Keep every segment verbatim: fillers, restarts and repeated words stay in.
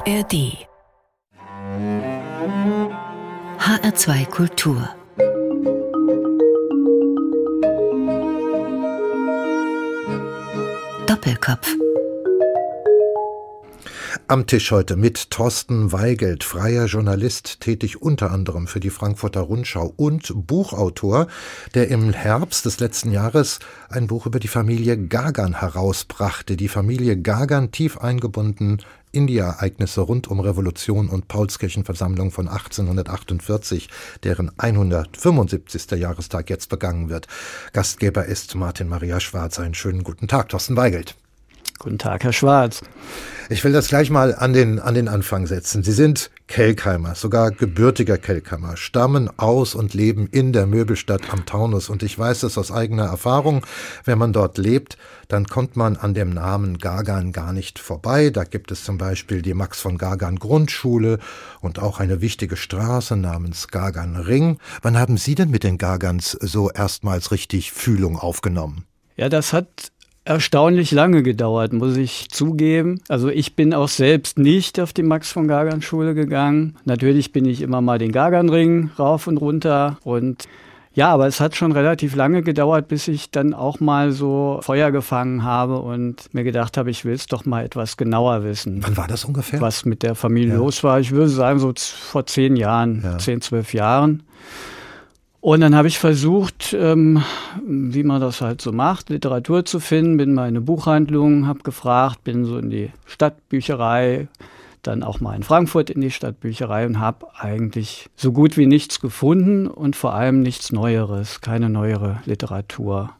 R D H R zwei Kultur Doppelkopf. Am Tisch heute mit Thorsten Weigelt, freier Journalist, tätig unter anderem für die Frankfurter Rundschau und Buchautor, der im Herbst des letzten Jahres ein Buch über die Familie Gagan herausbrachte. Die Familie Gagan, tief eingebunden in die Ereignisse rund um Revolution und Paulskirchenversammlung von achtzehnhundertachtundvierzig, deren hundertfünfundsiebzigster Jahrestag jetzt begangen wird. Gastgeber ist Martin Maria Schwarz. Einen schönen guten Tag, Thorsten Weigelt. Guten Tag, Herr Schwarz. Ich will das gleich mal an den, an den Anfang setzen. Sie sind Kelkheimer, sogar gebürtiger Kelkheimer, stammen aus und leben in der Möbelstadt am Taunus. Und ich weiß das aus eigener Erfahrung. Wenn man dort lebt, dann kommt man an dem Namen Gagan gar nicht vorbei. Da gibt es zum Beispiel die Max von Gagan Grundschule und auch eine wichtige Straße namens Gagan Ring. Wann haben Sie denn mit den Gagans so erstmals richtig Fühlung aufgenommen? Ja, das hat erstaunlich lange gedauert, muss ich zugeben. Also ich bin auch selbst nicht auf die Max von Gagan Schule gegangen. Natürlich bin ich immer mal den Gagan-Ring rauf und runter. Und ja, aber es hat schon relativ lange gedauert, bis ich dann auch mal so Feuer gefangen habe und mir gedacht habe, ich will es doch mal etwas genauer wissen. Wann war das ungefähr? Was mit der Familie ja. los war. Ich würde sagen, so vor zehn Jahren, ja. zehn, zwölf Jahren. Und dann habe ich versucht, ähm, wie man das halt so macht, Literatur zu finden, bin mal in eine Buchhandlung, habe gefragt, bin so in die Stadtbücherei, dann auch mal in Frankfurt in die Stadtbücherei und habe eigentlich so gut wie nichts gefunden und vor allem nichts Neueres, keine neuere Literatur.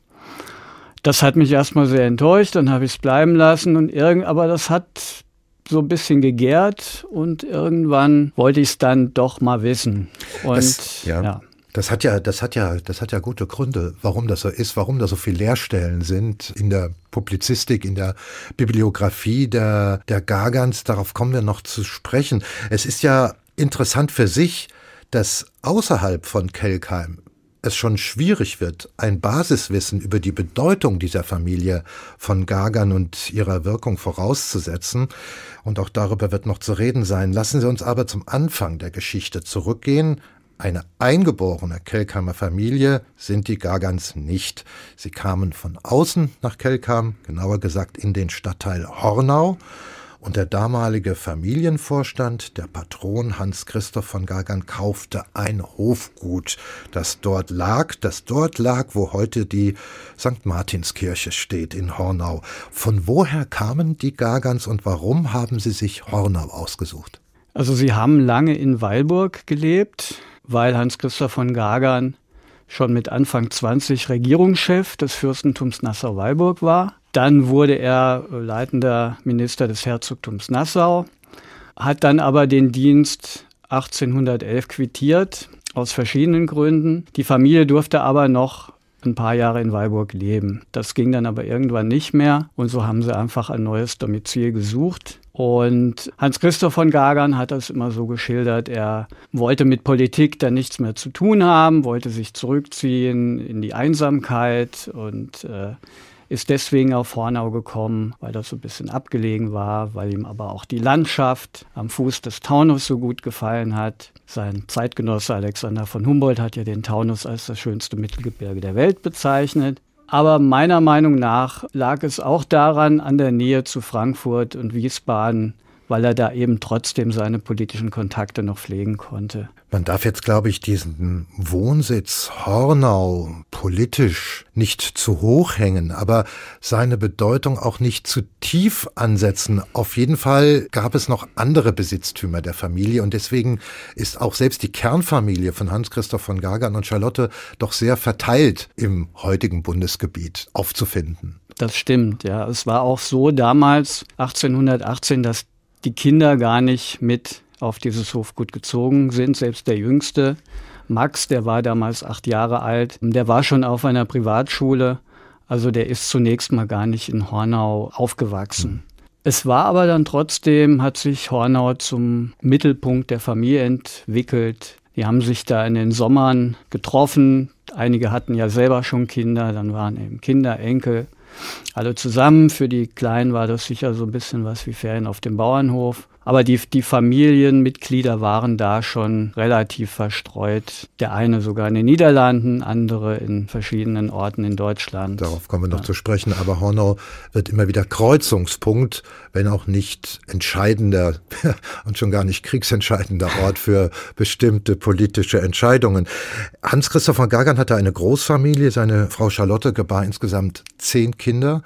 Das hat mich erstmal sehr enttäuscht, dann habe ich es bleiben lassen und irgend, aber das hat so ein bisschen gegärt und irgendwann wollte ich es dann doch mal wissen. Und das, ja. ja. Das hat ja, das hat ja, das hat ja gute Gründe, warum das so ist, warum da so viele Leerstellen sind in der Publizistik, in der Bibliografie der, der Gagans. Darauf kommen wir noch zu sprechen. Es ist ja interessant für sich, dass außerhalb von Kelkheim es schon schwierig wird, ein Basiswissen über die Bedeutung dieser Familie von Gagan und ihrer Wirkung vorauszusetzen. Und auch darüber wird noch zu reden sein. Lassen Sie uns aber zum Anfang der Geschichte zurückgehen. Eine eingeborene Kelkheimer Familie sind die Gagans nicht. Sie kamen von außen nach Kelkheim, genauer gesagt in den Stadtteil Hornau. Und der damalige Familienvorstand, der Patron Hans Christoph von Gagan, kaufte ein Hofgut, das dort lag, das dort lag, wo heute die Sankt Martinskirche steht in Hornau. Von woher kamen die Gagans und warum haben sie sich Hornau ausgesucht? Also sie haben lange in Weilburg gelebt, weil Hans Christoph von Gagan schon mit Anfang zwanzig Regierungschef des Fürstentums Nassau-Weilburg war. Dann wurde er leitender Minister des Herzogtums Nassau, hat dann aber den Dienst achtzehnhundertelf quittiert, aus verschiedenen Gründen. Die Familie durfte aber noch ein paar Jahre in Weilburg leben. Das ging dann aber irgendwann nicht mehr und so haben sie einfach ein neues Domizil gesucht. Und Hans Christoph von Gagan hat das immer so geschildert, er wollte mit Politik dann nichts mehr zu tun haben, wollte sich zurückziehen in die Einsamkeit und äh, ist deswegen auf Hornau gekommen, weil das so ein bisschen abgelegen war, weil ihm aber auch die Landschaft am Fuß des Taunus so gut gefallen hat. Sein Zeitgenosse Alexander von Humboldt hat ja den Taunus als das schönste Mittelgebirge der Welt bezeichnet. Aber meiner Meinung nach lag es auch daran, an der Nähe zu Frankfurt und Wiesbaden, weil er da eben trotzdem seine politischen Kontakte noch pflegen konnte. Man darf jetzt, glaube ich, diesen Wohnsitz Hornau politisch nicht zu hoch hängen, aber seine Bedeutung auch nicht zu tief ansetzen. Auf jeden Fall gab es noch andere Besitztümer der Familie und deswegen ist auch selbst die Kernfamilie von Hans Christoph von Gagan und Charlotte doch sehr verteilt im heutigen Bundesgebiet aufzufinden. Das stimmt, ja. Es war auch so damals, achtzehnhundertachtzehn, dass die Kinder gar nicht mit auf dieses Hofgut gezogen sind. Selbst der Jüngste, Max, der war damals acht Jahre alt, der war schon auf einer Privatschule. Also der ist zunächst mal gar nicht in Hornau aufgewachsen. Mhm. Es war aber dann trotzdem, hat sich Hornau zum Mittelpunkt der Familie entwickelt. Die haben sich da in den Sommern getroffen. Einige hatten ja selber schon Kinder, dann waren eben Kinder, Enkel. alle zusammen. Für die Kleinen war das sicher so ein bisschen was wie Ferien auf dem Bauernhof. Aber die, die Familienmitglieder waren da schon relativ verstreut. Der eine sogar in den Niederlanden, andere in verschiedenen Orten in Deutschland. Darauf kommen wir noch ja. zu sprechen. Aber Hornau wird immer wieder Kreuzungspunkt, wenn auch nicht entscheidender und schon gar nicht kriegsentscheidender Ort für bestimmte politische Entscheidungen. Hans-Christoph von Gagern hatte eine Großfamilie. Seine Frau Charlotte gebar insgesamt zehn Kinder.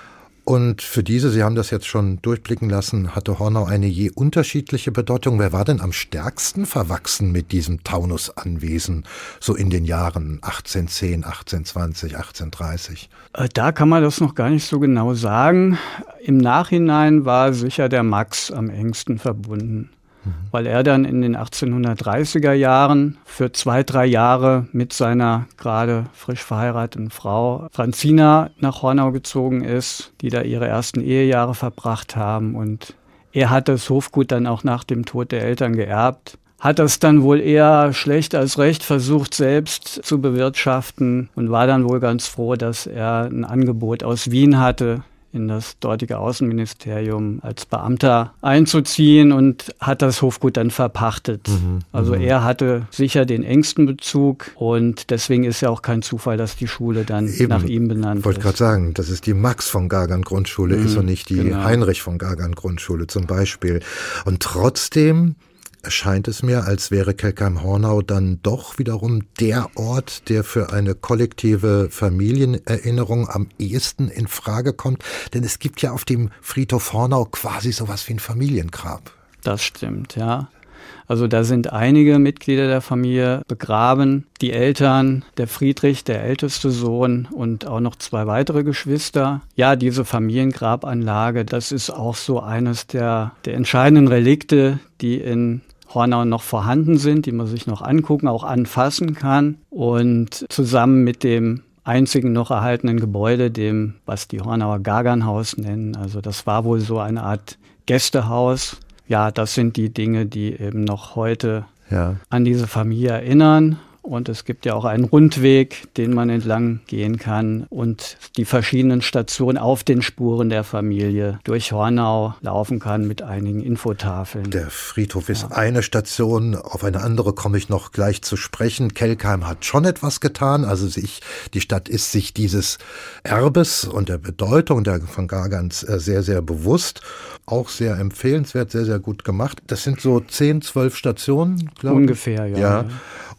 Und für diese, Sie haben das jetzt schon durchblicken lassen, hatte Hornau eine je unterschiedliche Bedeutung. Wer war denn am stärksten verwachsen mit diesem Taunusanwesen, so in den Jahren achtzehnhundertzehn, achtzehnhundertzwanzig, achtzehnhundertdreißig? Da kann man das noch gar nicht so genau sagen. Im Nachhinein war sicher der Max am engsten verbunden. Weil er dann in den achtzehnhundertdreißiger Jahren für zwei, drei Jahre mit seiner gerade frisch verheirateten Frau Franzina nach Hornau gezogen ist, die da ihre ersten Ehejahre verbracht haben. Und er hat das Hofgut dann auch nach dem Tod der Eltern geerbt. Hat das dann wohl eher schlecht als recht versucht, selbst zu bewirtschaften und war dann wohl ganz froh, dass er ein Angebot aus Wien hatte, in das dortige Außenministerium als Beamter einzuziehen und hat das Hofgut dann verpachtet. Mhm, also mhm. er hatte sicher den engsten Bezug und deswegen ist ja auch kein Zufall, dass die Schule dann Eben, nach ihm benannt ist. Ich wollte gerade sagen, dass es die Max von Gagern Grundschule mhm, ist und nicht die genau. Heinrich von Gagern Grundschule zum Beispiel. Und trotzdem erscheint es mir, als wäre Kelkheim-Hornau dann doch wiederum der Ort, der für eine kollektive Familienerinnerung am ehesten in Frage kommt. Denn es gibt ja auf dem Friedhof Hornau quasi sowas wie ein Familiengrab. Das stimmt, ja. Also da sind einige Mitglieder der Familie begraben. Die Eltern, der Friedrich, der älteste Sohn und auch noch zwei weitere Geschwister. Ja, diese Familiengrabanlage, das ist auch so eines der, der entscheidenden Relikte, die in Hornau noch vorhanden sind, die man sich noch angucken, auch anfassen kann. Und zusammen mit dem einzigen noch erhaltenen Gebäude, dem, was die Hornauer Gagernhaus nennen, also das war wohl so eine Art Gästehaus. Ja, das sind die Dinge, die eben noch heute ja. an diese Familie erinnern. Und es gibt ja auch einen Rundweg, den man entlang gehen kann und die verschiedenen Stationen auf den Spuren der Familie durch Hornau laufen kann mit einigen Infotafeln. Der Friedhof ist ja. eine Station, auf eine andere komme ich noch gleich zu sprechen. Kelkheim hat schon etwas getan, also sich, die Stadt ist sich dieses Erbes und der Bedeutung der von Gagerns sehr, sehr bewusst. Auch sehr empfehlenswert, sehr, sehr gut gemacht. Das sind so zehn, zwölf Stationen, glaube ich. Ungefähr, ja. ja.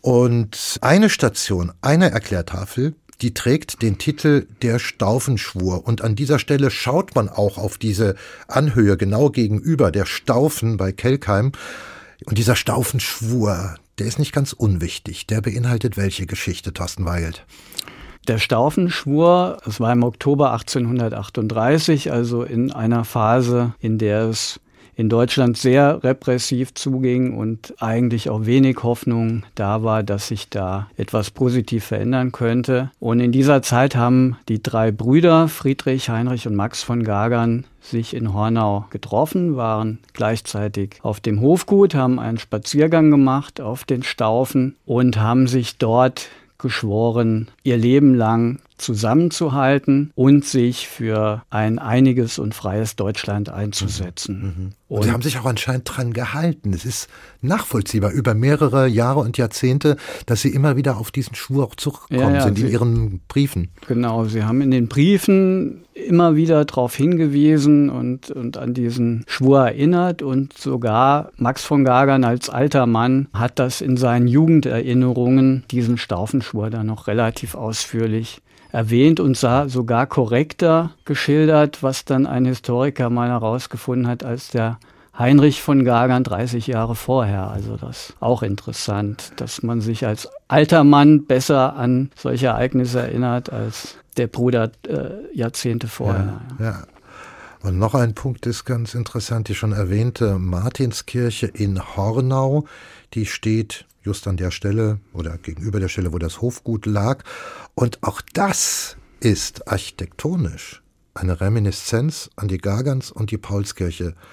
Und eine Station, eine Erklärtafel, die trägt den Titel Der Staufenschwur. Und an dieser Stelle schaut man auch auf diese Anhöhe genau gegenüber der Staufen bei Kelkheim. Und dieser Staufenschwur, der ist nicht ganz unwichtig. Der beinhaltet welche Geschichte, Thorsten Weigelt? Der Staufenschwur, es war im Oktober achtzehnhundertachtunddreißig, also in einer Phase, in der es in Deutschland sehr repressiv zuging und eigentlich auch wenig Hoffnung da war, dass sich da etwas positiv verändern könnte. Und in dieser Zeit haben die drei Brüder, Friedrich, Heinrich und Max von Gagern, sich in Hornau getroffen, waren gleichzeitig auf dem Hofgut, haben einen Spaziergang gemacht auf den Staufen und haben sich dort geschworen, ihr Leben lang zusammenzuhalten und sich für ein einiges und freies Deutschland einzusetzen. Mhm. Und Sie haben sich auch anscheinend dran gehalten. Es ist nachvollziehbar über mehrere Jahre und Jahrzehnte, dass Sie immer wieder auf diesen Schwur auch zurückkommen ja, ja, sind in Sie, Ihren Briefen. Genau, Sie haben in den Briefen immer wieder darauf hingewiesen und, und an diesen Schwur erinnert. Und sogar Max von Gagern als alter Mann hat das in seinen Jugenderinnerungen, diesen Staufenschwur, dann noch relativ ausführlich erwähnt und sah sogar korrekter geschildert, was dann ein Historiker mal herausgefunden hat, als der Heinrich von Gagern dreißig Jahre vorher. Also das ist auch interessant, dass man sich als alter Mann besser an solche Ereignisse erinnert als der Bruder äh, Jahrzehnte vorher. Ja, ja. Und noch ein Punkt ist ganz interessant, die schon erwähnte Martinskirche in Hornau, die steht just an der Stelle oder gegenüber der Stelle, wo das Hofgut lag. Und auch das ist architektonisch eine Reminiszenz an die Gagerns und die Paulskirche.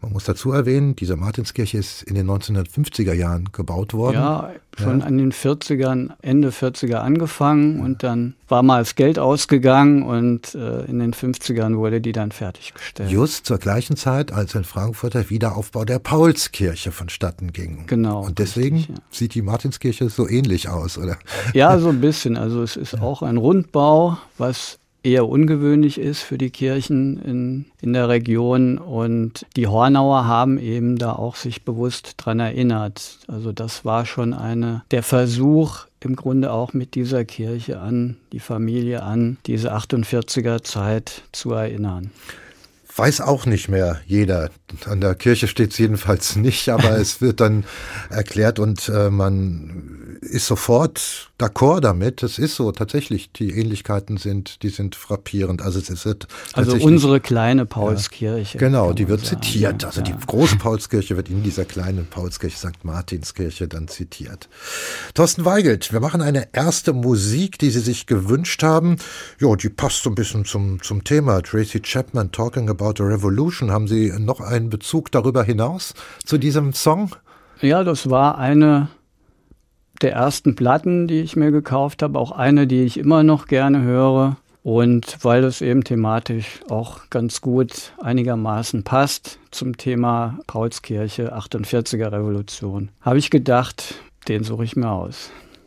Man muss dazu erwähnen, diese Martinskirche ist in den neunzehnhundertfünfziger Jahren gebaut worden. Ja, schon ja. an den vierzigern, Ende vierziger angefangen ja. und dann war mal das Geld ausgegangen und äh, in den fünfzigern wurde die dann fertiggestellt. Just zur gleichen Zeit, als in Frankfurt der Wiederaufbau der Paulskirche vonstatten ging. Genau. Und deswegen richtig, ja. sieht die Martinskirche so ähnlich aus, oder? Ja, so ein bisschen. Also es ist ja. auch ein Rundbau, was eher ungewöhnlich ist für die Kirchen in, in der Region. Und die Hornauer haben eben da auch sich bewusst dran erinnert. Also das war schon eine, der Versuch, im Grunde auch mit dieser Kirche an die Familie, an diese achtundvierziger Zeit zu erinnern. Weiß auch nicht mehr jeder. An der Kirche steht es jedenfalls nicht, aber es wird dann erklärt und äh, man ist sofort d'accord damit. Es ist so, tatsächlich, die Ähnlichkeiten sind, die sind frappierend. Also es wird Also unsere kleine Paulskirche. Ja, genau, die wird sagen, zitiert. Ja, also ja. die große Paulskirche wird in dieser kleinen Paulskirche, Sankt Martinskirche, dann zitiert. Thorsten Weigelt, wir machen eine erste Musik, die Sie sich gewünscht haben. Jo, die passt so ein bisschen zum, zum Thema. Tracy Chapman, Talking About a Revolution. Haben Sie noch einen Bezug darüber hinaus zu diesem Song? Ja, das war eine der ersten Platten, die ich mir gekauft habe, auch eine, die ich immer noch gerne höre. Und weil das eben thematisch auch ganz gut einigermaßen passt zum Thema Paulskirche, achtundvierziger Revolution, habe ich gedacht, den suche ich mir aus.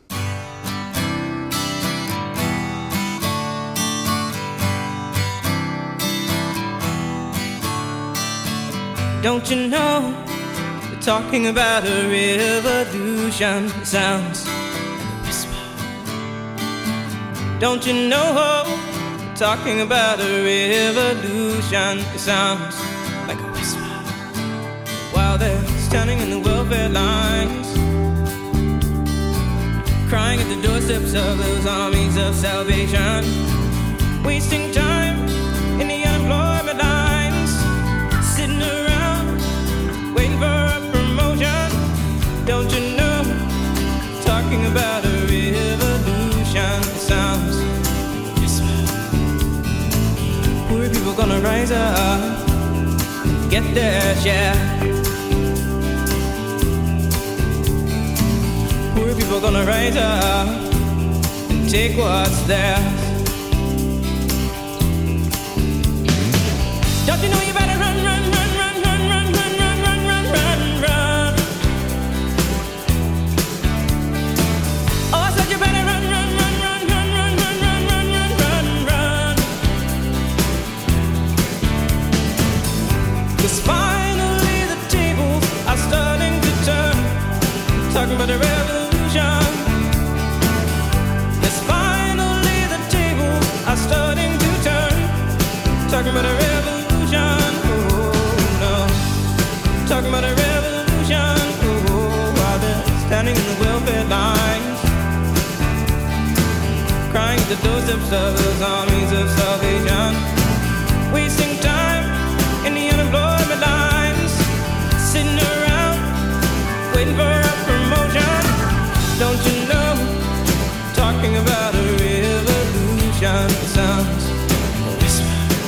Don't you know, they're talking about a revolution, it sounds like a whisper. Don't you know, they're talking about a revolution, it sounds like a whisper. While they're standing in the welfare lines, crying at the doorsteps of those armies of salvation, wasting time in the unemployment lines, sitting around waiting for a promotion. Don't you know, talking about a revolution, it sounds whisper. Poor people gonna rise up, get their share. Poor people gonna rise up and take what's theirs. Don't you know you better run, run, run, run, run, run, run, run, run, run, run, run. Oh, I said you better run, run, run, run, run, run, run, run, run, run, run, run. 'Cause finally the tables are starting to turn, talking about a revolution. Yes, finally the tables are starting to turn, talking about a revolution. Oh no, talking about a revolution. Oh, while they're standing in the welfare lines, crying at the doorsteps of those armies of salvation, wasting time in the unemployment lines, sitting around waiting for a promotion. Don't you know, talking about a revolution, it sounds a whisper.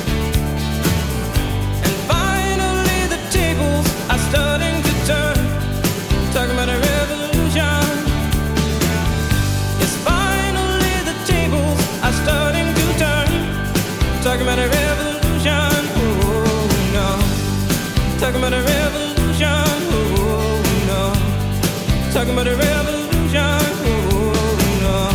Starting to turn, talking about a revolution. Yes, finally the tables are starting to turn, talking about a revolution. Oh no, talking about a revolution. Oh no, talking about a revolution. Oh no.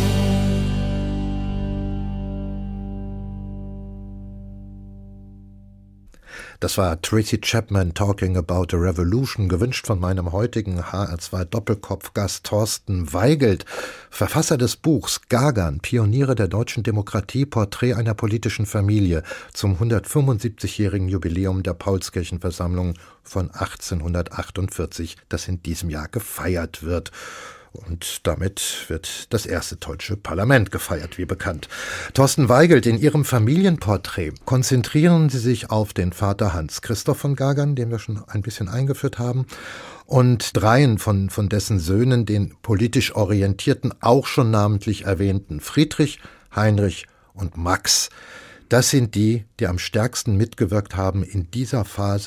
Das war Tracy Chapman, Talking About a Revolution, gewünscht von meinem heutigen H R zwei Doppelkopfgast Thorsten Weigelt, Verfasser des Buchs Gagan, Pioniere der deutschen Demokratie, Porträt einer politischen Familie zum hundertfünfundsiebzigjährigen Jubiläum der Paulskirchenversammlung von achtzehnhundertachtundvierzig, das in diesem Jahr gefeiert wird. Und damit wird das erste deutsche Parlament gefeiert, wie bekannt. Thorsten Weigelt, in Ihrem Familienporträt konzentrieren Sie sich auf den Vater Hans Christoph von Gagern, den wir schon ein bisschen eingeführt haben, und dreien von, von dessen Söhnen, den politisch orientierten, auch schon namentlich erwähnten Friedrich, Heinrich und Max. Das sind die, die am stärksten mitgewirkt haben in dieser Phase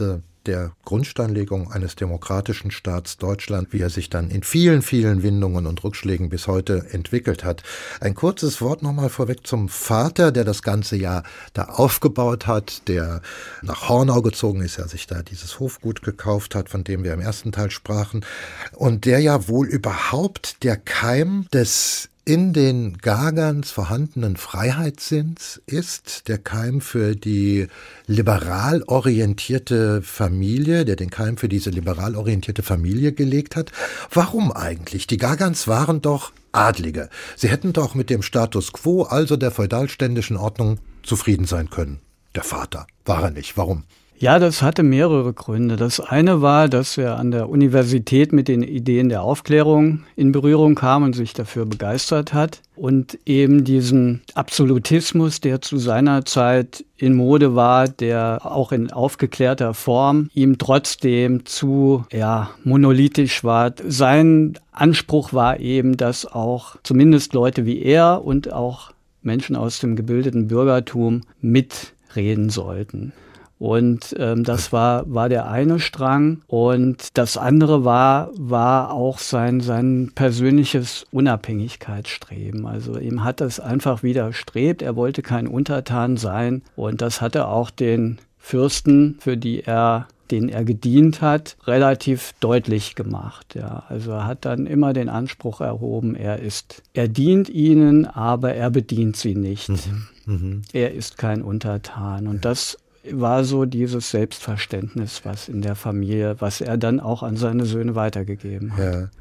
der Grundsteinlegung eines demokratischen Staats Deutschland, wie er sich dann in vielen, vielen Windungen und Rückschlägen bis heute entwickelt hat. Ein kurzes Wort nochmal vorweg zum Vater, der das ganze Jahr da aufgebaut hat, der nach Hornau gezogen ist, der sich da dieses Hofgut gekauft hat, von dem wir im ersten Teil sprachen, und der ja wohl überhaupt der Keim des in den Gagans vorhandenen Freiheitssinns ist, der Keim für die liberal orientierte Familie, der den Keim für diese liberal orientierte Familie gelegt hat. Warum eigentlich? Die Gagans waren doch Adlige. Sie hätten doch mit dem Status quo, also der feudalständischen Ordnung, zufrieden sein können. Der Vater war er nicht. Warum? Ja, das hatte mehrere Gründe. Das eine war, dass er an der Universität mit den Ideen der Aufklärung in Berührung kam und sich dafür begeistert hat. Und eben diesen Absolutismus, der zu seiner Zeit in Mode war, der auch in aufgeklärter Form ihm trotzdem zu ja, monolithisch war. Sein Anspruch war eben, dass auch zumindest Leute wie er und auch Menschen aus dem gebildeten Bürgertum mitreden sollten. Und ähm, das war war der eine Strang. Und das andere war war auch sein sein persönliches Unabhängigkeitsstreben. Also ihm hat es einfach widerstrebt. Er wollte kein Untertan sein. Und das hat er auch den Fürsten, für die er denen er gedient hat, relativ deutlich gemacht. Ja, also er hat dann immer den Anspruch erhoben, er ist, er dient ihnen, aber er bedient sie nicht. Mhm. Mhm. Er ist kein Untertan. Und das war so dieses Selbstverständnis, was in der Familie, was er dann auch an seine Söhne weitergegeben hat. Ja.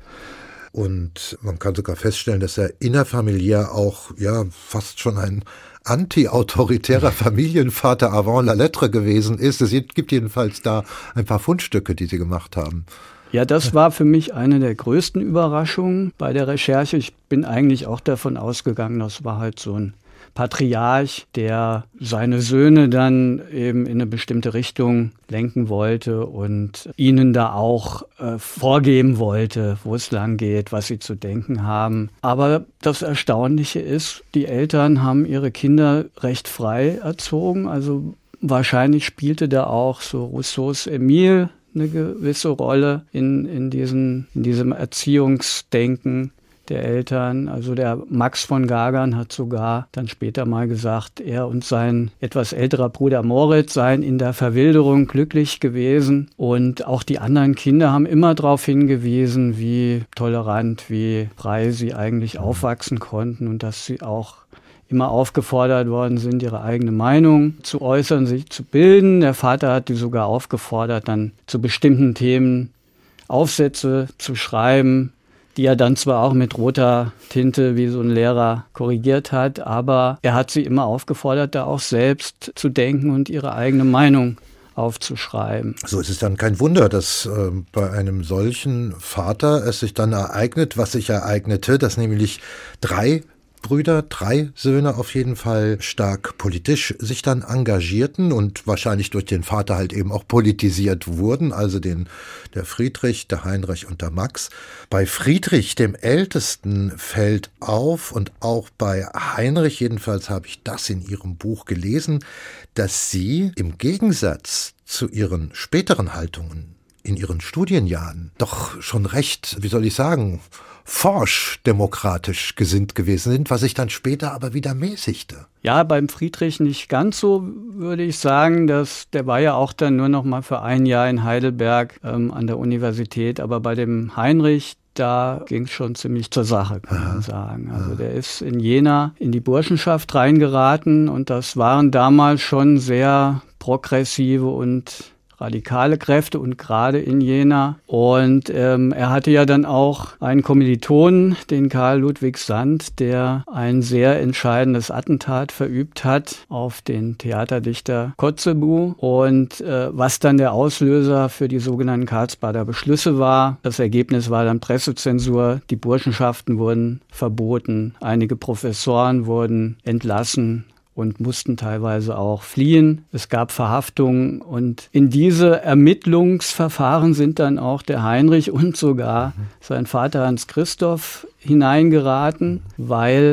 Und man kann sogar feststellen, dass er innerfamiliär auch ja fast schon ein anti-autoritärer Familienvater avant la lettre gewesen ist. Es gibt jedenfalls da ein paar Fundstücke, die Sie gemacht haben. Ja, das war für mich eine der größten Überraschungen bei der Recherche. Ich bin eigentlich auch davon ausgegangen, das war halt so ein Patriarch, der seine Söhne dann eben in eine bestimmte Richtung lenken wollte und ihnen da auch äh, vorgeben wollte, wo es lang geht, was sie zu denken haben. Aber das Erstaunliche ist, die Eltern haben ihre Kinder recht frei erzogen. Also wahrscheinlich spielte da auch so Rousseaus Emile eine gewisse Rolle in, in, diesen, in diesem Erziehungsdenken der Eltern. Also der Max von Gagern hat sogar dann später mal gesagt, er und sein etwas älterer Bruder Moritz seien in der Verwilderung glücklich gewesen. Und auch die anderen Kinder haben immer darauf hingewiesen, wie tolerant, wie frei sie eigentlich aufwachsen konnten und dass sie auch immer aufgefordert worden sind, ihre eigene Meinung zu äußern, sich zu bilden. Der Vater hat die sogar aufgefordert, dann zu bestimmten Themen Aufsätze zu schreiben, die er dann zwar auch mit roter Tinte wie so ein Lehrer korrigiert hat, aber er hat sie immer aufgefordert, da auch selbst zu denken und ihre eigene Meinung aufzuschreiben. So ist es dann kein Wunder, dass äh, bei einem solchen Vater es sich dann ereignet, was sich ereignete, dass nämlich drei Brüder, drei Söhne auf jeden Fall stark politisch sich dann engagierten und wahrscheinlich durch den Vater halt eben auch politisiert wurden, also den, der Friedrich, der Heinrich und der Max. Bei Friedrich, dem Ältesten, fällt auf und auch bei Heinrich, jedenfalls habe ich das in ihrem Buch gelesen, dass sie im Gegensatz zu ihren späteren Haltungen in ihren Studienjahren doch schon recht, wie soll ich sagen, forsch demokratisch gesinnt gewesen sind, was sich dann später aber wieder mäßigte. Ja, beim Friedrich nicht ganz so, würde ich sagen. Dass, der war ja auch dann nur noch mal für ein Jahr in Heidelberg ähm, an der Universität. Aber bei dem Heinrich, da ging es schon ziemlich zur Sache, kann Aha. man sagen. Also der ist in Jena in die Burschenschaft reingeraten und das waren damals schon sehr progressive und radikale Kräfte und gerade in Jena. Und ähm, er hatte ja dann auch einen Kommilitonen, den Karl Ludwig Sand, der ein sehr entscheidendes Attentat verübt hat auf den Theaterdichter Kotzebue. Und äh, was dann der Auslöser für die sogenannten Karlsbader Beschlüsse war. Das Ergebnis war dann Pressezensur. Die Burschenschaften wurden verboten. Einige Professoren wurden entlassen und mussten teilweise auch fliehen. Es gab Verhaftungen und in diese Ermittlungsverfahren sind dann auch der Heinrich und sogar sein Vater Hans Christoph hineingeraten, weil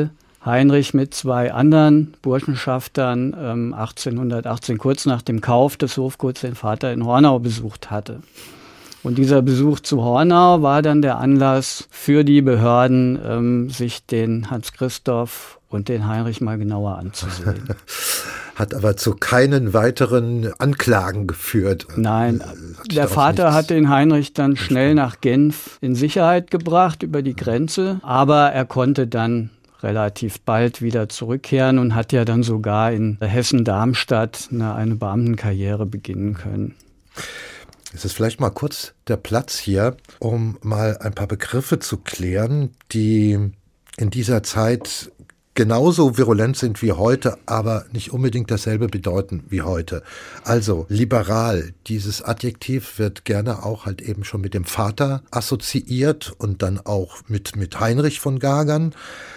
Heinrich mit zwei anderen Burschenschaftern ähm, achtzehnhundertachtzehn, kurz nach dem Kauf des Hofguts, den Vater in Hornau besucht hatte. Und dieser Besuch zu Hornau war dann der Anlass für die Behörden, ähm, sich den Hans Christoph und den Heinrich mal genauer anzusehen. Hat aber zu keinen weiteren Anklagen geführt. Nein, Hat der Vater hat den Heinrich dann schnell nach Genf in Sicherheit gebracht über die Grenze, aber er konnte dann relativ bald wieder zurückkehren und hat ja dann sogar in Hessen-Darmstadt eine, eine Beamtenkarriere beginnen können. Es ist vielleicht mal kurz der Platz hier, um mal ein paar Begriffe zu klären, die in dieser Zeit genauso virulent sind wie heute, aber nicht unbedingt dasselbe bedeuten wie heute. Also liberal, dieses Adjektiv wird gerne auch halt eben schon mit dem Vater assoziiert und dann auch mit, mit Heinrich von Gagern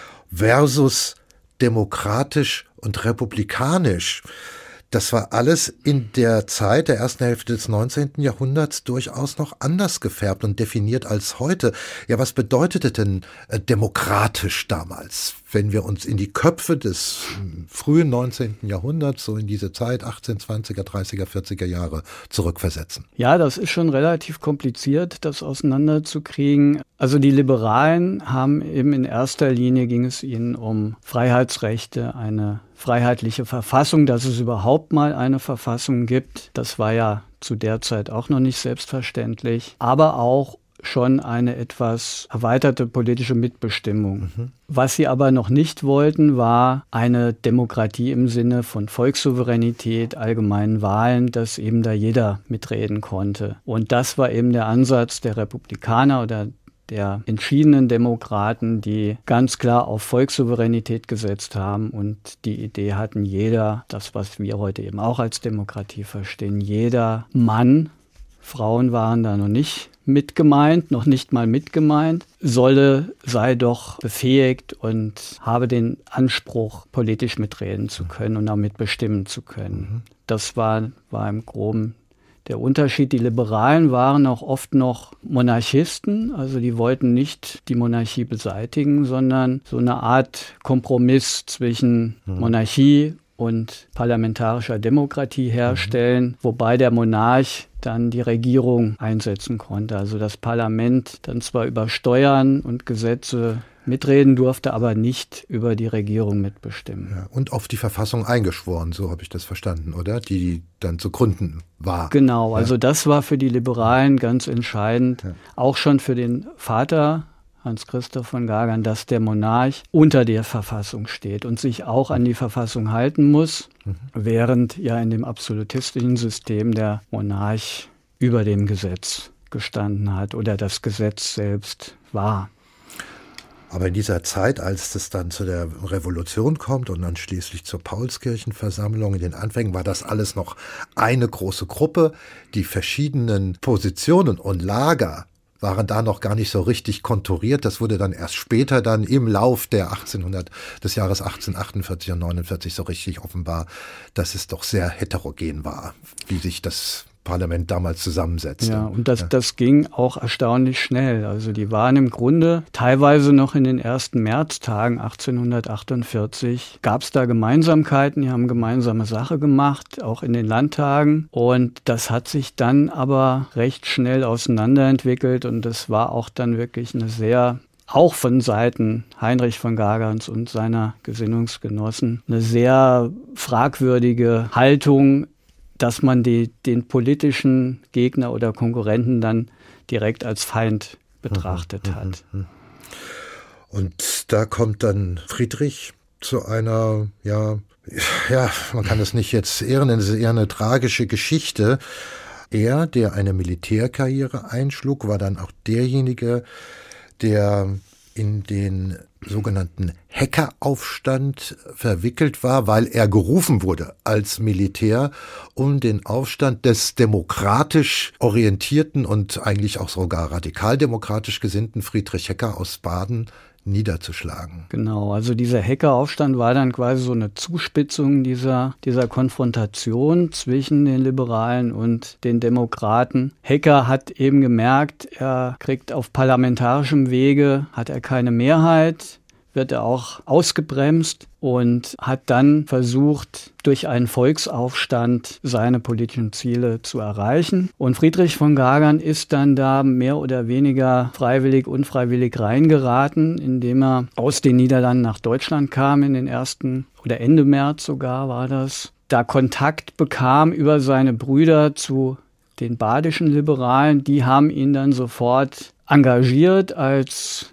versus demokratisch und republikanisch. Das war alles in der Zeit der ersten Hälfte des neunzehnten Jahrhunderts durchaus noch anders gefärbt und definiert als heute. Ja, was bedeutete denn äh, demokratisch damals, wenn wir uns in die Köpfe des äh, frühen neunzehnten Jahrhunderts, so in diese Zeit achtzehn-, zwanziger, dreißiger, vierziger Jahre zurückversetzen? Ja, das ist schon relativ kompliziert, das auseinanderzukriegen. Also die Liberalen haben eben in erster Linie, ging es ihnen um Freiheitsrechte, eine freiheitliche Verfassung, dass es überhaupt mal eine Verfassung gibt. Das war ja zu der Zeit auch noch nicht selbstverständlich, aber auch schon eine etwas erweiterte politische Mitbestimmung. Mhm. Was sie aber noch nicht wollten, war eine Demokratie im Sinne von Volkssouveränität, allgemeinen Wahlen, dass eben da jeder mitreden konnte. Und das war eben der Ansatz der Republikaner oder der entschiedenen Demokraten, die ganz klar auf Volkssouveränität gesetzt haben und die Idee hatten, jeder, das was wir heute eben auch als Demokratie verstehen, jeder Mann, Frauen waren da noch nicht mitgemeint, noch nicht mal mitgemeint, solle, sei doch befähigt und habe den Anspruch, politisch mitreden zu können und auch mitbestimmen zu können. Das war, war im Groben der Unterschied. Die Liberalen waren auch oft noch Monarchisten, also die wollten nicht die Monarchie beseitigen, sondern so eine Art Kompromiss zwischen Monarchie und parlamentarischer Demokratie herstellen, mhm. wobei der Monarch dann die Regierung einsetzen konnte. Also das Parlament dann zwar über Steuern und Gesetze mitreden durfte, aber nicht über die Regierung mitbestimmen. Ja, und auf die Verfassung eingeschworen, so habe ich das verstanden, oder? Die dann zu gründen war. Genau, ja. Also das war für die Liberalen ganz entscheidend, ja. Auch schon für den Vater Hans Christoph von Gagern, dass der Monarch unter der Verfassung steht und sich auch an die Verfassung halten muss, mhm. während ja in dem absolutistischen System der Monarch über dem Gesetz gestanden hat oder das Gesetz selbst war. Aber in dieser Zeit, als es dann zu der Revolution kommt und dann schließlich zur Paulskirchenversammlung in den Anfängen, war das alles noch eine große Gruppe. Die verschiedenen Positionen und Lager waren da noch gar nicht so richtig konturiert. Das wurde dann erst später dann im Lauf der achtzehnhundert, des Jahres achtzehnhundertachtundvierzig und neunundvierzig so richtig offenbar, dass es doch sehr heterogen war, wie sich das Parlament damals zusammensetzte. Ja, und das, das ging auch erstaunlich schnell. Also die waren im Grunde teilweise noch in den ersten Märztagen achtzehnhundertachtundvierzig, gab es da Gemeinsamkeiten, die haben gemeinsame Sache gemacht, auch in den Landtagen. Und das hat sich dann aber recht schnell auseinanderentwickelt und das war auch dann wirklich eine sehr, auch von Seiten Heinrich von Gagerns und seiner Gesinnungsgenossen, eine sehr fragwürdige Haltung, dass man die, den politischen Gegner oder Konkurrenten dann direkt als Feind betrachtet hat. Und da kommt dann Friedrich zu einer, ja, ja, man kann es nicht jetzt ehren, es ist eher eine tragische Geschichte. Er, der eine Militärkarriere einschlug, war dann auch derjenige, der in den sogenannten Hackeraufstand verwickelt war, weil er gerufen wurde als Militär, um den Aufstand des demokratisch orientierten und eigentlich auch sogar radikaldemokratisch gesinnten Friedrich Hecker aus Baden niederzuschlagen. Genau, also dieser Hackeraufstand war dann quasi so eine Zuspitzung dieser, dieser Konfrontation zwischen den Liberalen und den Demokraten. Hecker hat eben gemerkt, er kriegt auf parlamentarischem Wege, hat er keine Mehrheit wird er auch ausgebremst und hat dann versucht, durch einen Volksaufstand seine politischen Ziele zu erreichen. Und Friedrich von Gagern ist dann da mehr oder weniger freiwillig, unfreiwillig reingeraten, indem er aus den Niederlanden nach Deutschland kam in den ersten, oder Ende März sogar war das, da Kontakt bekam über seine Brüder zu den badischen Liberalen. Die haben ihn dann sofort engagiert als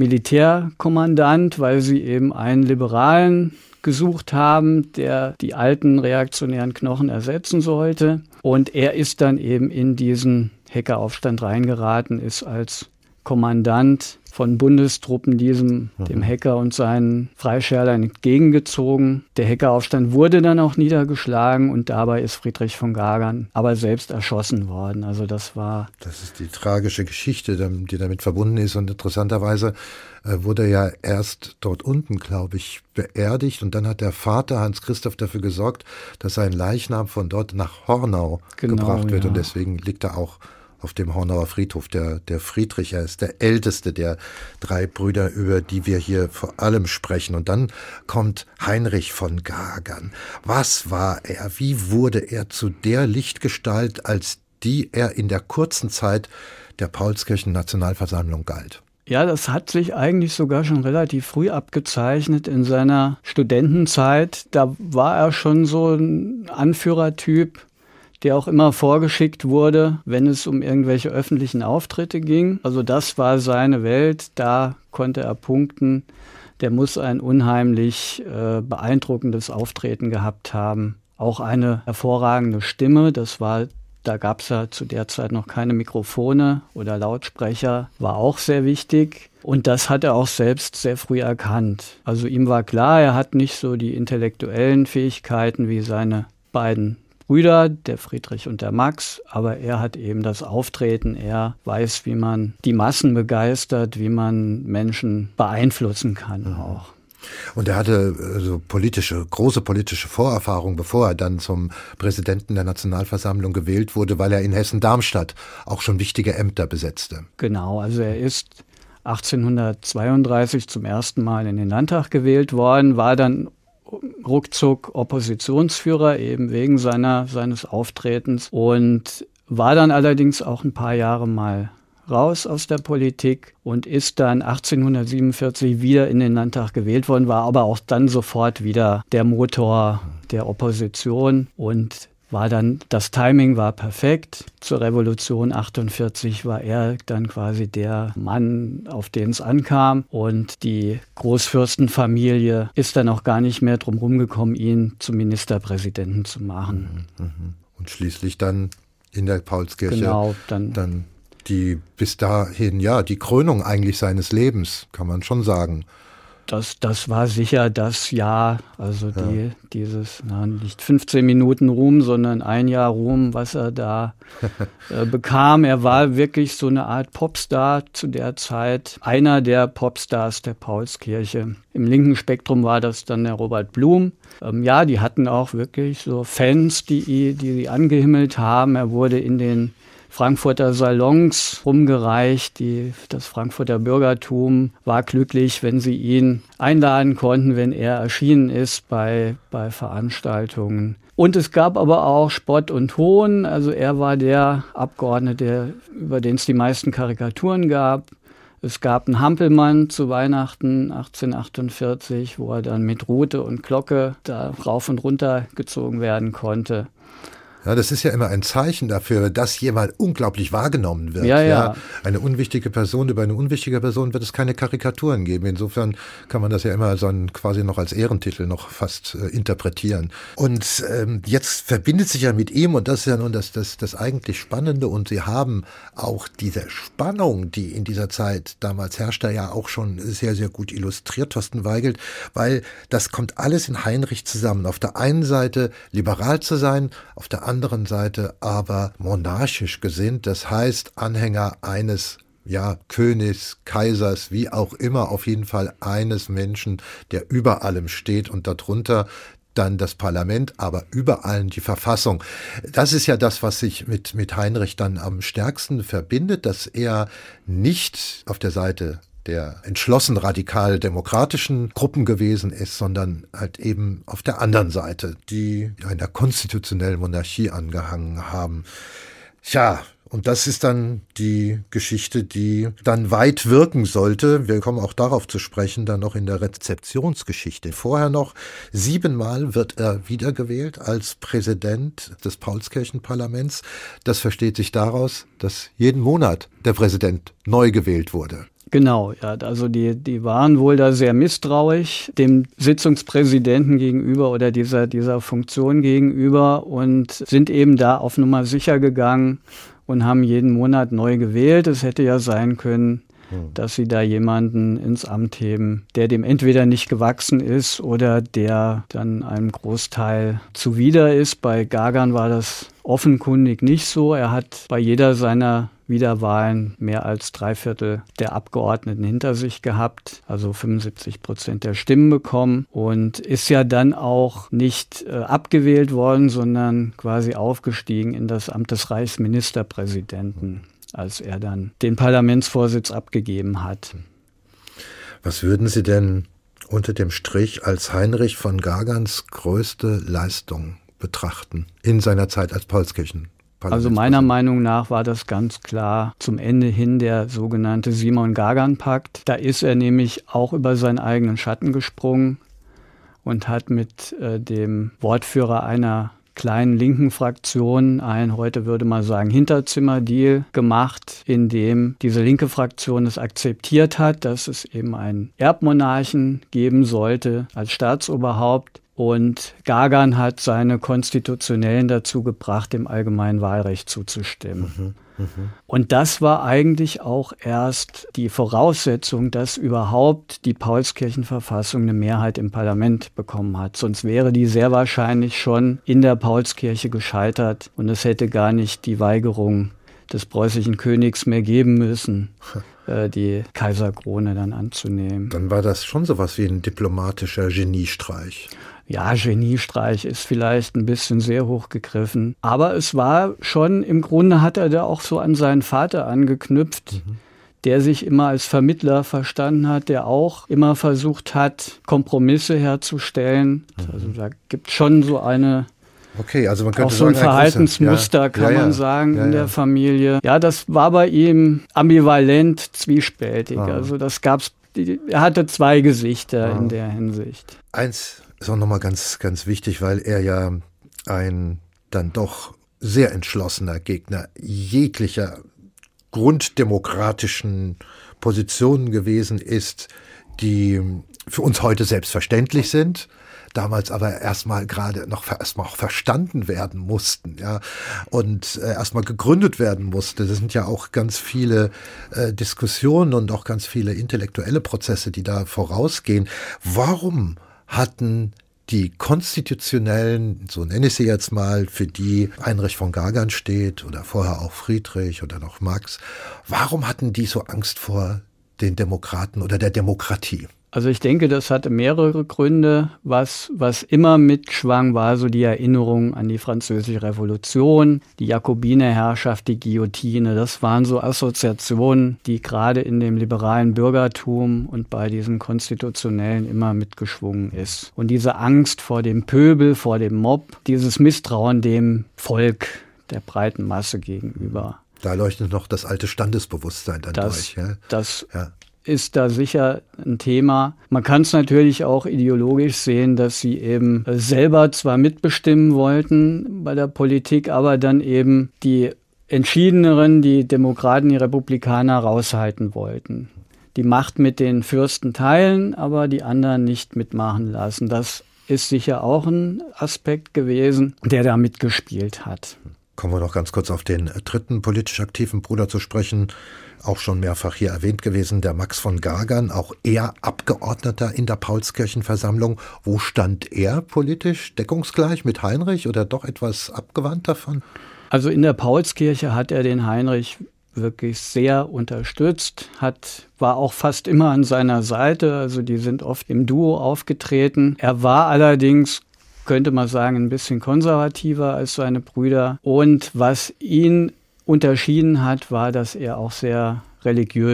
Militärkommandant, weil sie eben einen Liberalen gesucht haben, der die alten reaktionären Knochen ersetzen sollte. Und er ist dann eben in diesen Hackeraufstand reingeraten, ist als Kommandant von Bundestruppen diesem, mhm. dem Hacker und seinen Freischärlern entgegengezogen. Der Hackeraufstand wurde dann auch niedergeschlagen und dabei ist Friedrich von Gagern aber selbst erschossen worden. Also das war... Das ist die tragische Geschichte, die damit verbunden ist, und interessanterweise äh, wurde er ja erst dort unten, glaube ich, beerdigt, und dann hat der Vater Hans Christoph dafür gesorgt, dass sein Leichnam von dort nach Hornau genau, gebracht wird, ja. Und deswegen liegt er auch auf dem Hornauer Friedhof. Der, der Friedrich, er ist der älteste der drei Brüder, über die wir hier vor allem sprechen. Und dann kommt Heinrich von Gagern. Was war er? Wie wurde er zu der Lichtgestalt, als die er in der kurzen Zeit der Paulskirchen-Nationalversammlung galt? Ja, das hat sich eigentlich sogar schon relativ früh abgezeichnet in seiner Studentenzeit. Da war er schon so ein Anführertyp, der auch immer vorgeschickt wurde, wenn es um irgendwelche öffentlichen Auftritte ging. Also das war seine Welt, da konnte er punkten. Der muss ein unheimlich äh, beeindruckendes Auftreten gehabt haben. Auch eine hervorragende Stimme, das war, da gab es ja zu der Zeit noch keine Mikrofone oder Lautsprecher, war auch sehr wichtig. Und das hat er auch selbst sehr früh erkannt. Also ihm war klar, er hat nicht so die intellektuellen Fähigkeiten wie seine beiden Brüder, der Friedrich und der Max, aber er hat eben das Auftreten, er weiß, wie man die Massen begeistert, wie man Menschen beeinflussen kann mhm. auch. Und er hatte also politische, große politische Vorerfahrung, bevor er dann zum Präsidenten der Nationalversammlung gewählt wurde, weil er in Hessen-Darmstadt auch schon wichtige Ämter besetzte. Genau, also er ist achtzehnhundertzweiunddreißig zum ersten Mal in den Landtag gewählt worden, war dann ruckzuck Oppositionsführer, eben wegen seiner, seines Auftretens, und war dann allerdings auch ein paar Jahre mal raus aus der Politik und ist dann achtzehnhundertsiebenundvierzig wieder in den Landtag gewählt worden, war aber auch dann sofort wieder der Motor der Opposition und war dann, das Timing war perfekt. Zur Revolution achtundvierzig war er dann quasi der Mann, auf den es ankam. Und die Großfürstenfamilie ist dann auch gar nicht mehr drum rumgekommen, ihn zum Ministerpräsidenten zu machen. Und schließlich dann in der Paulskirche genau, dann, dann die bis dahin, ja, die Krönung eigentlich seines Lebens, kann man schon sagen. Das, das war sicher das Jahr, also die, ja. dieses, na, nicht fünfzehn Minuten Ruhm, sondern ein Jahr Ruhm, was er da äh, bekam. Er war wirklich so eine Art Popstar zu der Zeit, einer der Popstars der Paulskirche. Im linken Spektrum war das dann der Robert Blum. Ähm, ja, die hatten auch wirklich so Fans, die, die sie angehimmelt haben. Er wurde in den Frankfurter Salons rumgereicht. Die, das Frankfurter Bürgertum war glücklich, wenn sie ihn einladen konnten, wenn er erschienen ist bei, bei Veranstaltungen. Und es gab aber auch Spott und Hohn. Also er war der Abgeordnete, über den es die meisten Karikaturen gab. Es gab einen Hampelmann zu Weihnachten achtzehnhundertachtundvierzig, wo er dann mit Rute und Glocke da rauf und runter gezogen werden konnte. Ja, das ist ja immer ein Zeichen dafür, dass jemand unglaublich wahrgenommen wird. Ja, ja. ja, eine unwichtige Person, über eine unwichtige Person wird es keine Karikaturen geben. Insofern kann man das ja immer so ein, quasi noch als Ehrentitel noch fast äh, interpretieren. Und ähm, jetzt verbindet sich ja mit ihm, und das ist ja nun das, das, das eigentlich Spannende, und sie haben auch diese Spannung, die in dieser Zeit damals herrschte, ja auch schon sehr, sehr gut illustriert, Thorsten Weigelt, weil das kommt alles in Heinrich zusammen. Auf der einen Seite liberal zu sein, auf der anderen anderen Seite aber monarchisch gesinnt, das heißt Anhänger eines ja, Königs, Kaisers, wie auch immer, auf jeden Fall eines Menschen, der über allem steht, und darunter dann das Parlament, aber über allem die Verfassung. Das ist ja das, was sich mit, mit Heinrich dann am stärksten verbindet, dass er nicht auf der Seite der entschlossen radikal-demokratischen Gruppen gewesen ist, sondern halt eben auf der anderen Seite, die einer konstitutionellen Monarchie angehangen haben. Tja, und das ist dann die Geschichte, die dann weit wirken sollte. Wir kommen auch darauf zu sprechen, dann noch in der Rezeptionsgeschichte. Vorher noch, siebenmal wird er wiedergewählt als Präsident des Paulskirchenparlaments. Das versteht sich daraus, dass jeden Monat der Präsident neu gewählt wurde. Genau, ja, also die, die waren wohl da sehr misstrauisch dem Sitzungspräsidenten gegenüber oder dieser, dieser Funktion gegenüber und sind eben da auf Nummer sicher gegangen und haben jeden Monat neu gewählt. Es hätte ja sein können, dass sie da jemanden ins Amt heben, der dem entweder nicht gewachsen ist oder der dann einem Großteil zuwider ist. Bei Gagan war das offenkundig nicht so. Er hat bei jeder seiner Wiederwahlen mehr als drei Viertel der Abgeordneten hinter sich gehabt, also fünfundsiebzig Prozent der Stimmen bekommen und ist ja dann auch nicht äh, abgewählt worden, sondern quasi aufgestiegen in das Amt des Reichsministerpräsidenten, als er dann den Parlamentsvorsitz abgegeben hat. Was würden Sie denn unter dem Strich als Heinrich von Gagans größte Leistung betrachten in seiner Zeit als Paulskirchen? Also meiner Meinung nach war das ganz klar zum Ende hin der sogenannte Simon-Gagan-Pakt. Da ist er nämlich auch über seinen eigenen Schatten gesprungen und hat mit äh, dem Wortführer einer kleinen linken Fraktion ein, heute würde man sagen, Hinterzimmer-Deal gemacht, in dem diese linke Fraktion es akzeptiert hat, dass es eben einen Erbmonarchen geben sollte als Staatsoberhaupt. Und Gagan hat seine Konstitutionellen dazu gebracht, dem allgemeinen Wahlrecht zuzustimmen. Mhm, mh. Und das war eigentlich auch erst die Voraussetzung, dass überhaupt die Paulskirchenverfassung eine Mehrheit im Parlament bekommen hat. Sonst wäre die sehr wahrscheinlich schon in der Paulskirche gescheitert und es hätte gar nicht die Weigerung des preußischen Königs mehr geben müssen, äh, die Kaiserkrone dann anzunehmen. Dann war das schon sowas wie ein diplomatischer Geniestreich. Ja, Geniestreich ist vielleicht ein bisschen sehr hoch gegriffen. Aber es war schon, im Grunde hat er da auch so an seinen Vater angeknüpft, mhm. der sich immer als Vermittler verstanden hat, der auch immer versucht hat, Kompromisse herzustellen. Mhm. Also da gibt es schon so eine... Okay, also man könnte auch so ein sagen, Verhaltensmuster, ja, kann ja, man ja, sagen, ja, ja. in der Familie. Ja, das war bei ihm ambivalent, zwiespältig. Ah. Also das gab's, er hatte zwei Gesichter ah. in der Hinsicht. Eins ist auch nochmal ganz, ganz wichtig, weil er ja ein dann doch sehr entschlossener Gegner jeglicher grunddemokratischen Positionen gewesen ist, die für uns heute selbstverständlich sind, damals aber erstmal gerade noch erstmal auch verstanden werden mussten, ja, und äh, erstmal gegründet werden musste. Das sind ja auch ganz viele äh, Diskussionen und auch ganz viele intellektuelle Prozesse, die da vorausgehen. Warum hatten die konstitutionellen, so nenne ich sie jetzt mal, für die Heinrich von Gagan steht oder vorher auch Friedrich oder noch Max, warum hatten die so Angst vor den Demokraten oder der Demokratie? Also ich denke, das hatte mehrere Gründe. Was, was immer mitschwang, war so die Erinnerung an die Französische Revolution, die Jakobinerherrschaft, die Guillotine. Das waren so Assoziationen, die gerade in dem liberalen Bürgertum und bei diesen Konstitutionellen immer mitgeschwungen ist. Und diese Angst vor dem Pöbel, vor dem Mob, dieses Misstrauen dem Volk, der breiten Masse gegenüber. Da leuchtet noch das alte Standesbewusstsein dann das, durch. Ja? Das ja. ist da sicher ein Thema. Man kann es natürlich auch ideologisch sehen, dass sie eben selber zwar mitbestimmen wollten bei der Politik, aber dann eben die Entschiedeneren, die Demokraten, die Republikaner raushalten wollten. Die Macht mit den Fürsten teilen, aber die anderen nicht mitmachen lassen. Das ist sicher auch ein Aspekt gewesen, der da mitgespielt hat. Kommen wir noch ganz kurz auf den dritten politisch aktiven Bruder zu sprechen. Auch schon mehrfach hier erwähnt gewesen, der Max von Gagan, auch er Abgeordneter in der Paulskirchenversammlung. Wo stand er politisch? Deckungsgleich mit Heinrich oder doch etwas abgewandt davon? Also in der Paulskirche hat er den Heinrich wirklich sehr unterstützt, hat, war auch fast immer an seiner Seite. Also die sind oft im Duo aufgetreten. Er war allerdings, könnte man sagen, ein bisschen konservativer als seine Brüder. Und was ihn unterschieden hat, war, dass er auch sehr religiös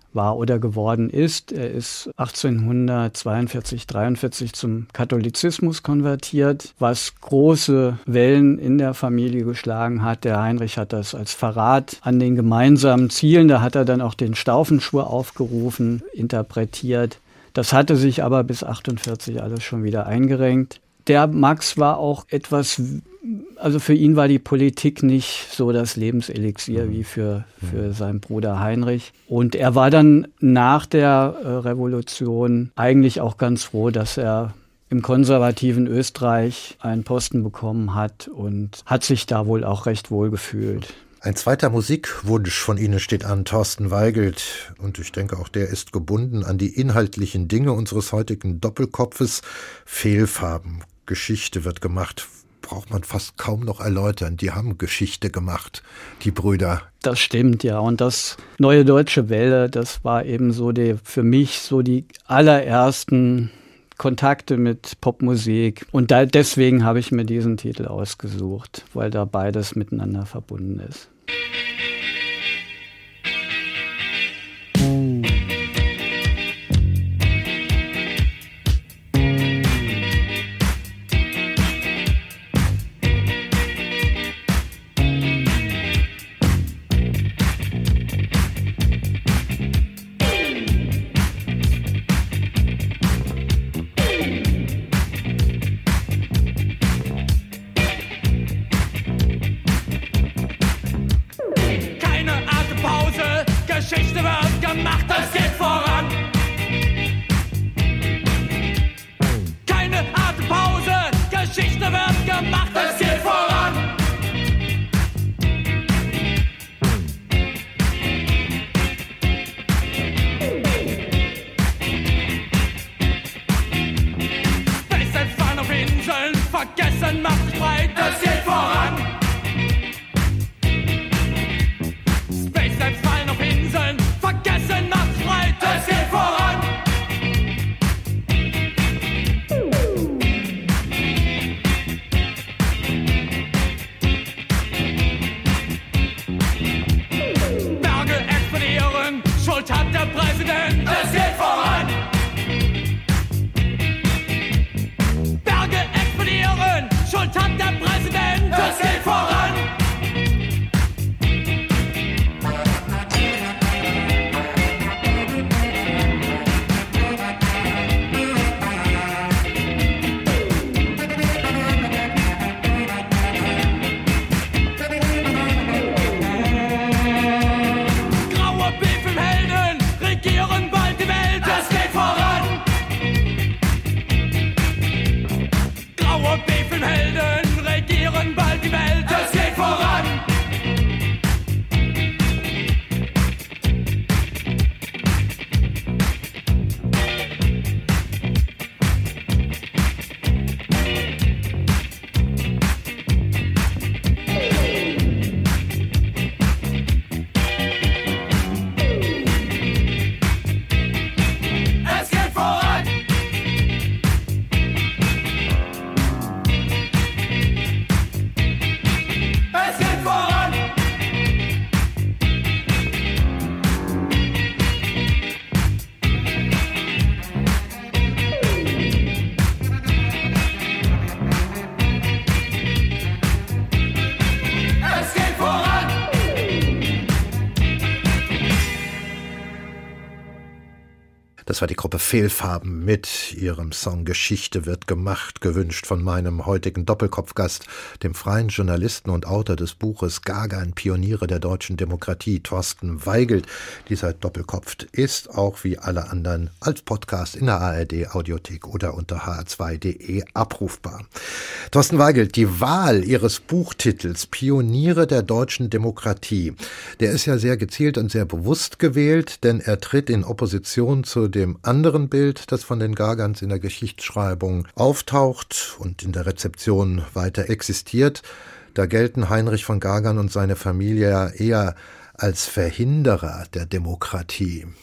war oder geworden ist. Er ist achtzehnhundertzweiundvierzig, dreiundvierzig zum Katholizismus konvertiert, was große Wellen in der Familie geschlagen hat. Der Heinrich hat das als Verrat an den gemeinsamen Zielen, da hat er dann auch den Staufenschwur aufgerufen, interpretiert. Das hatte sich aber bis achtundvierzig alles schon wieder eingerenkt. Der Max war auch etwas, also für ihn war die Politik nicht so das Lebenselixier wie für, für seinen Bruder Heinrich. Und er war dann nach der äh, Revolution eigentlich auch ganz froh, dass er im konservativen Österreich einen Posten bekommen hat und hat sich da wohl auch recht wohl gefühlt. Ein zweiter Musikwunsch von Ihnen steht an, Thorsten Weigelt. Und ich denke, auch der ist gebunden an die inhaltlichen Dinge unseres heutigen Doppelkopfes. Fehlfarben, Geschichte wird gemacht. Braucht man fast kaum noch erläutern. Die haben Geschichte gemacht, die Brüder. Das stimmt, ja. Und das Neue Deutsche Welle, das war eben so die, für mich so die allerersten Kontakte mit Popmusik. Und da, deswegen habe ich mir diesen Titel ausgesucht, weil da beides miteinander verbunden ist. Geschichte wird gemacht, es geht voran. Keine Atempause, Geschichte wird gemacht, es geht voran. Festsetzen auf Inseln, vergessen macht sich breit, es geht voran. Vergessen macht frei, es geht voran. Berge explodieren, Schuld hat der Präsident, es geht voran. Berge explodieren, Schuld hat der Präsident, es geht voran. Helden regieren bald die Welt, es geht voran. Es geht voran. Das war die Gruppe Fehlfarben mit ihrem Song Geschichte wird gemacht, gewünscht von meinem heutigen Doppelkopfgast, dem freien Journalisten und Autor des Buches Gagan, Pioniere der deutschen Demokratie, Thorsten Weigelt. Dieser Doppelkopf ist auch wie alle anderen als Podcast in der A R D Audiothek oder unter h r zwei punkt de abrufbar. Thorsten Weigelt, die Wahl Ihres Buchtitels Pioniere der deutschen Demokratie, der ist ja sehr gezielt und sehr bewusst gewählt, denn er tritt in Opposition zu dem anderen Bild, das von den Gagans in der Geschichtsschreibung auftaucht und in der Rezeption weiter existiert. Da gelten Heinrich von Gagern und seine Familie eher als Verhinderer der Demokratie.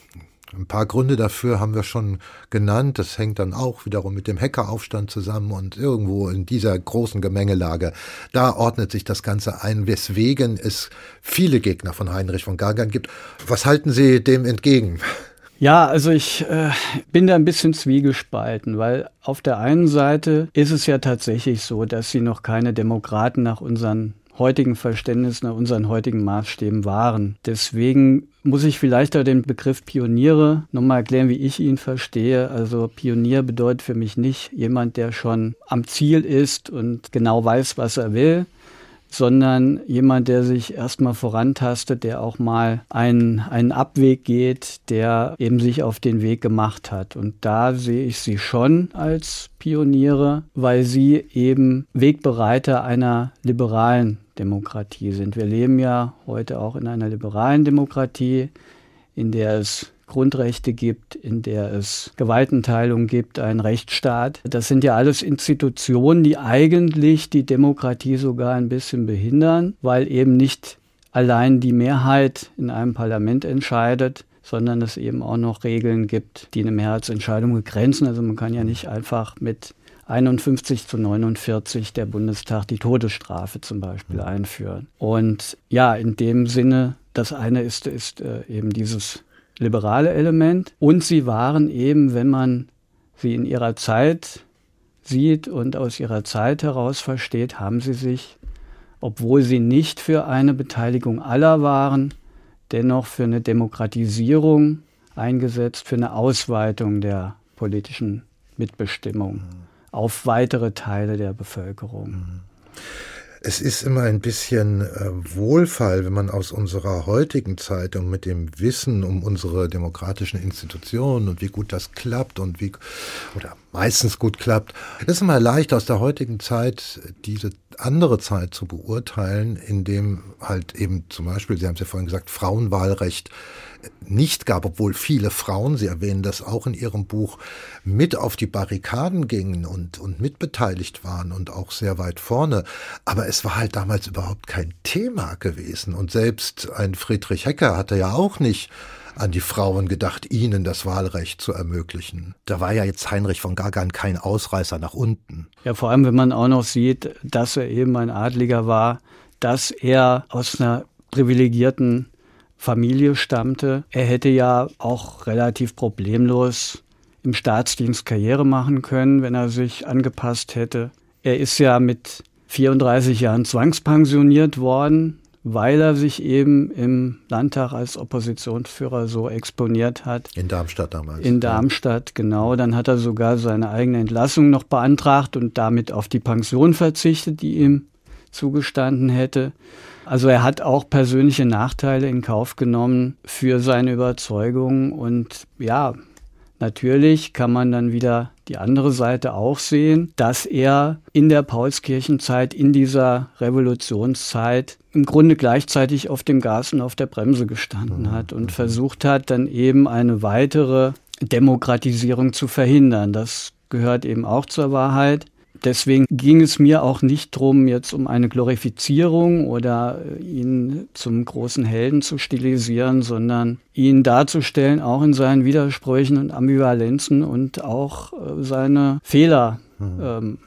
Ein paar Gründe dafür haben wir schon genannt. Das hängt dann auch wiederum mit dem Hackeraufstand zusammen und irgendwo in dieser großen Gemengelage, da ordnet sich das Ganze ein, weswegen es viele Gegner von Heinrich von Gagern gibt. Was halten Sie dem entgegen? Ja, also ich äh, bin da ein bisschen zwiegespalten, weil auf der einen Seite ist es ja tatsächlich so, dass sie noch keine Demokraten nach unseren heutigen Verständnis, nach unseren heutigen Maßstäben waren. Deswegen muss ich vielleicht auch den Begriff Pioniere nochmal erklären, wie ich ihn verstehe. Also Pionier bedeutet für mich nicht jemand, der schon am Ziel ist und genau weiß, was er will, sondern jemand, der sich erstmal vorantastet, der auch mal einen, einen Abweg geht, der eben sich auf den Weg gemacht hat. Und da sehe ich sie schon als Pioniere, weil sie eben Wegbereiter einer liberalen Demokratie sind. Wir leben ja heute auch in einer liberalen Demokratie, in der es Grundrechte gibt, in der es Gewaltenteilung gibt, einen Rechtsstaat. Das sind ja alles Institutionen, die eigentlich die Demokratie sogar ein bisschen behindern, weil eben nicht allein die Mehrheit in einem Parlament entscheidet, sondern es eben auch noch Regeln gibt, die eine Mehrheitsentscheidung begrenzen. Also man kann ja nicht einfach mit einundfünfzig zu neunundvierzig der Bundestag die Todesstrafe zum Beispiel einführen. Und ja, in dem Sinne, das eine ist, ist äh, eben dieses liberale Element. Und sie waren eben, wenn man sie in ihrer Zeit sieht und aus ihrer Zeit heraus versteht, haben sie sich, obwohl sie nicht für eine Beteiligung aller waren, dennoch für eine Demokratisierung eingesetzt, für eine Ausweitung der politischen Mitbestimmung mhm. auf weitere Teile der Bevölkerung. Mhm. Es ist immer ein bisschen äh, Wohlfall, wenn man aus unserer heutigen Zeit und mit dem Wissen um unsere demokratischen Institutionen und wie gut das klappt und wie, oder meistens gut klappt, es ist immer leicht aus der heutigen Zeit diese andere Zeit zu beurteilen, in dem halt eben zum Beispiel, Sie haben es ja vorhin gesagt, Frauenwahlrecht nicht gab, obwohl viele Frauen, Sie erwähnen das auch in Ihrem Buch, mit auf die Barrikaden gingen und, und mitbeteiligt waren und auch sehr weit vorne. Aber es war halt damals überhaupt kein Thema gewesen. Und selbst ein Friedrich Hecker hatte ja auch nicht an die Frauen gedacht, ihnen das Wahlrecht zu ermöglichen. Da war ja jetzt Heinrich von Gagern kein Ausreißer nach unten. Ja, vor allem, wenn man auch noch sieht, dass er eben ein Adliger war, dass er aus einer privilegierten Familie stammte. Er hätte ja auch relativ problemlos im Staatsdienst Karriere machen können, wenn er sich angepasst hätte. Er ist ja mit vierunddreißig Jahren zwangspensioniert worden, weil er sich eben im Landtag als Oppositionsführer so exponiert hat. In Darmstadt damals. In Darmstadt, genau. Dann hat er sogar seine eigene Entlassung noch beantragt und damit auf die Pension verzichtet, die ihm zugestanden hätte. Also er hat auch persönliche Nachteile in Kauf genommen für seine Überzeugung. Und ja, natürlich kann man dann wieder die andere Seite auch sehen, dass er in der Paulskirchenzeit, in dieser Revolutionszeit im Grunde gleichzeitig auf dem Gas und auf der Bremse gestanden hat und versucht hat, dann eben eine weitere Demokratisierung zu verhindern. Das gehört eben auch zur Wahrheit. Deswegen ging es mir auch nicht darum, jetzt um eine Glorifizierung oder ihn zum großen Helden zu stilisieren, sondern ihn darzustellen, auch in seinen Widersprüchen und Ambivalenzen und auch äh, seine Fehler mhm. ähm,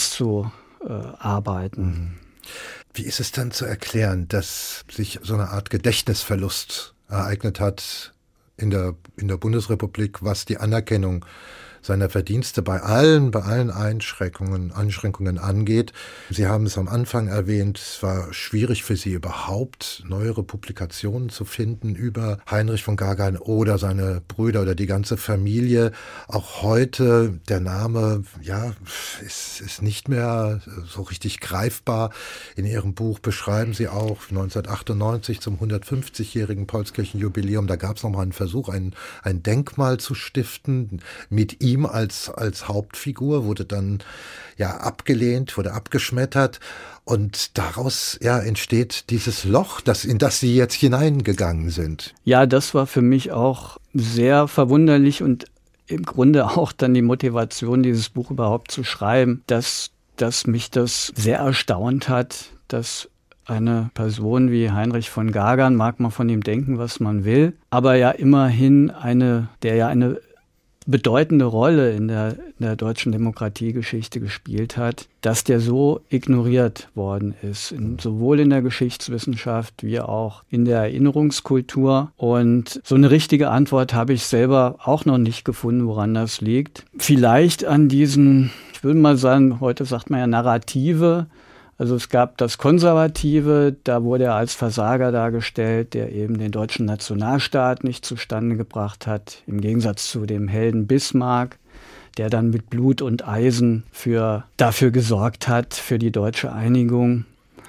herauszuarbeiten. Mhm. Wie ist es dann zu erklären, dass sich so eine Art Gedächtnisverlust ereignet hat in der, in der Bundesrepublik, was die Anerkennung seiner Verdienste bei allen, bei allen Einschränkungen, Einschränkungen angeht? Sie haben es am Anfang erwähnt, es war schwierig für Sie überhaupt, neuere Publikationen zu finden über Heinrich von Gagern oder seine Brüder oder die ganze Familie. Auch heute, der Name, ja, ist, ist nicht mehr so richtig greifbar. In Ihrem Buch beschreiben Sie auch neunzehnhundertachtundneunzig zum hundertfünfzigjährigen Paulskirchenjubiläum, da gab es nochmal einen Versuch, ein, ein Denkmal zu stiften mit ihm Ihm als, als Hauptfigur, wurde dann ja abgelehnt, wurde abgeschmettert und daraus ja entsteht dieses Loch, das, in das Sie jetzt hineingegangen sind. Ja, das war für mich auch sehr verwunderlich und im Grunde auch dann die Motivation, dieses Buch überhaupt zu schreiben, dass, dass mich das sehr erstaunt hat, dass eine Person wie Heinrich von Gagern, mag man von ihm denken, was man will, aber ja immerhin eine, der ja eine bedeutende Rolle in der, in der deutschen Demokratiegeschichte gespielt hat, dass der so ignoriert worden ist, in, sowohl in der Geschichtswissenschaft wie auch in der Erinnerungskultur. Und so eine richtige Antwort habe ich selber auch noch nicht gefunden, woran das liegt. Vielleicht an diesen, ich würde mal sagen, heute sagt man ja Narrative. Also es gab das Konservative, da wurde er als Versager dargestellt, der eben den deutschen Nationalstaat nicht zustande gebracht hat, im Gegensatz zu dem Helden Bismarck, der dann mit Blut und Eisen für, dafür gesorgt hat, für die deutsche Einigung.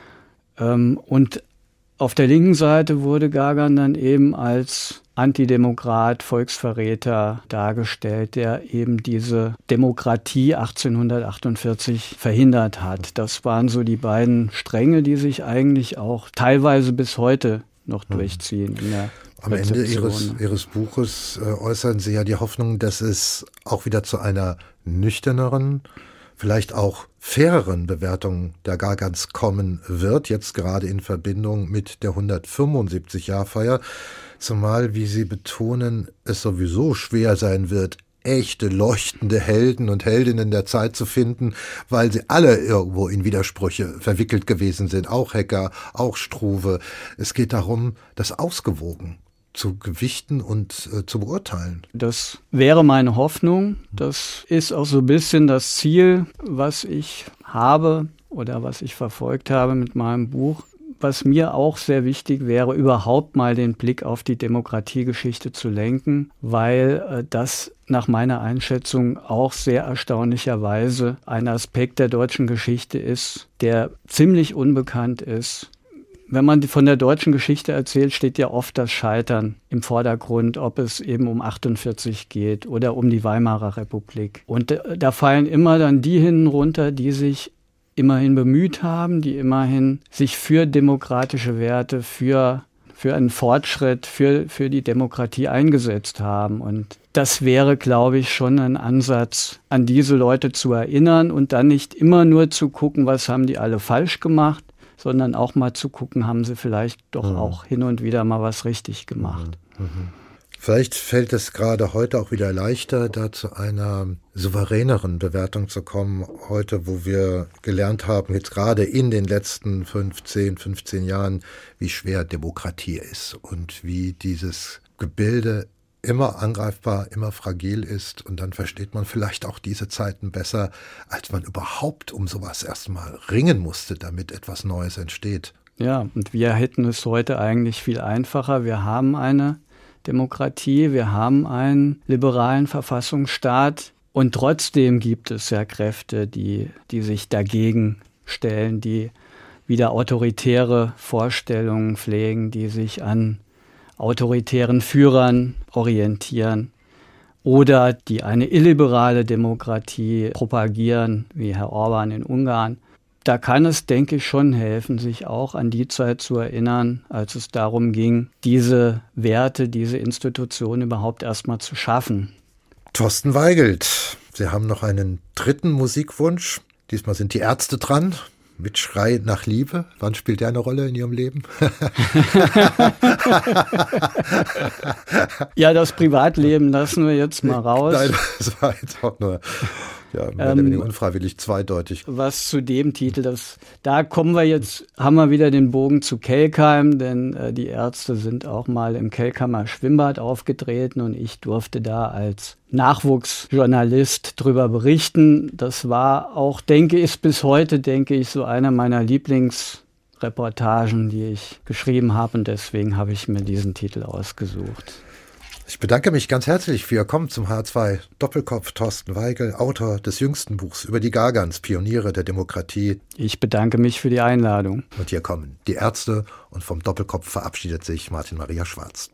Und auf der linken Seite wurde Gagern dann eben als Antidemokrat, Volksverräter dargestellt, der eben diese Demokratie achtzehnhundertachtundvierzig verhindert hat. Das waren so die beiden Stränge, die sich eigentlich auch teilweise bis heute noch durchziehen in der Am Ende Ihres, Ihres Buches äh, äußern Sie ja die Hoffnung, dass es auch wieder zu einer nüchterneren, vielleicht auch faireren Bewertung der Gagerns kommen wird, jetzt gerade in Verbindung mit der hundertfünfundsiebzig-Jahr-Feier, zumal, wie Sie betonen, es sowieso schwer sein wird, echte leuchtende Helden und Heldinnen der Zeit zu finden, weil sie alle irgendwo in Widersprüche verwickelt gewesen sind, auch Hecker, auch Struve. Es geht darum, das ausgewogen zu gewichten und äh, zu beurteilen. Das wäre meine Hoffnung. Das ist auch so ein bisschen das Ziel, was ich habe oder was ich verfolgt habe mit meinem Buch. Was mir auch sehr wichtig wäre, überhaupt mal den Blick auf die Demokratiegeschichte zu lenken, weil äh, das nach meiner Einschätzung auch sehr erstaunlicherweise ein Aspekt der deutschen Geschichte ist, der ziemlich unbekannt ist. Wenn man von der deutschen Geschichte erzählt, steht ja oft das Scheitern im Vordergrund, ob es eben um achtundvierzig geht oder um die Weimarer Republik. Und da fallen immer dann die hinten runter, die sich immerhin bemüht haben, die immerhin sich für demokratische Werte, für, für einen Fortschritt, für, für die Demokratie eingesetzt haben. Und das wäre, glaube ich, schon ein Ansatz, an diese Leute zu erinnern und dann nicht immer nur zu gucken, was haben die alle falsch gemacht, sondern auch mal zu gucken, haben sie vielleicht doch mhm. auch hin und wieder mal was richtig gemacht. Mhm. Mhm. Vielleicht fällt es gerade heute auch wieder leichter, da zu einer souveräneren Bewertung zu kommen. Heute, wo wir gelernt haben, jetzt gerade in den letzten fünfzehn, fünfzehn Jahren, wie schwer Demokratie ist und wie dieses Gebilde immer angreifbar, immer fragil ist. Und dann versteht man vielleicht auch diese Zeiten besser, als man überhaupt um sowas erstmal ringen musste, damit etwas Neues entsteht. Ja, und wir hätten es heute eigentlich viel einfacher. Wir haben eine Demokratie, wir haben einen liberalen Verfassungsstaat und trotzdem gibt es ja Kräfte, die, die sich dagegen stellen, die wieder autoritäre Vorstellungen pflegen, die sich an autoritären Führern orientieren oder die eine illiberale Demokratie propagieren, wie Herr Orban in Ungarn. Da kann es, denke ich, schon helfen, sich auch an die Zeit zu erinnern, als es darum ging, diese Werte, diese Institutionen überhaupt erstmal zu schaffen. Thorsten Weigelt, Sie haben noch einen dritten Musikwunsch. Diesmal sind die Ärzte dran. Mit Schrei nach Liebe. Wann spielt der eine Rolle in Ihrem Leben? Ja, das Privatleben lassen wir jetzt mal raus. Nein, das war jetzt auch nur ja, mehr oder weniger unfreiwillig zweideutig. Was zu dem Titel, das, da kommen wir jetzt, haben wir wieder den Bogen zu Kelkheim, denn äh, die Ärzte sind auch mal im Kelkheimer Schwimmbad aufgetreten und ich durfte da als Nachwuchsjournalist drüber berichten. Das war auch, denke ich, bis heute, denke ich, so eine meiner Lieblingsreportagen, die ich geschrieben habe und deswegen habe ich mir diesen Titel ausgesucht. Ich bedanke mich ganz herzlich für Ihr Kommen zum H zwei Doppelkopf. Thorsten Weigel, Autor des jüngsten Buchs über die Gagerns, Pioniere der Demokratie. Ich bedanke mich für die Einladung. Und hier kommen die Ärzte und vom Doppelkopf verabschiedet sich Martin Maria Schwarz.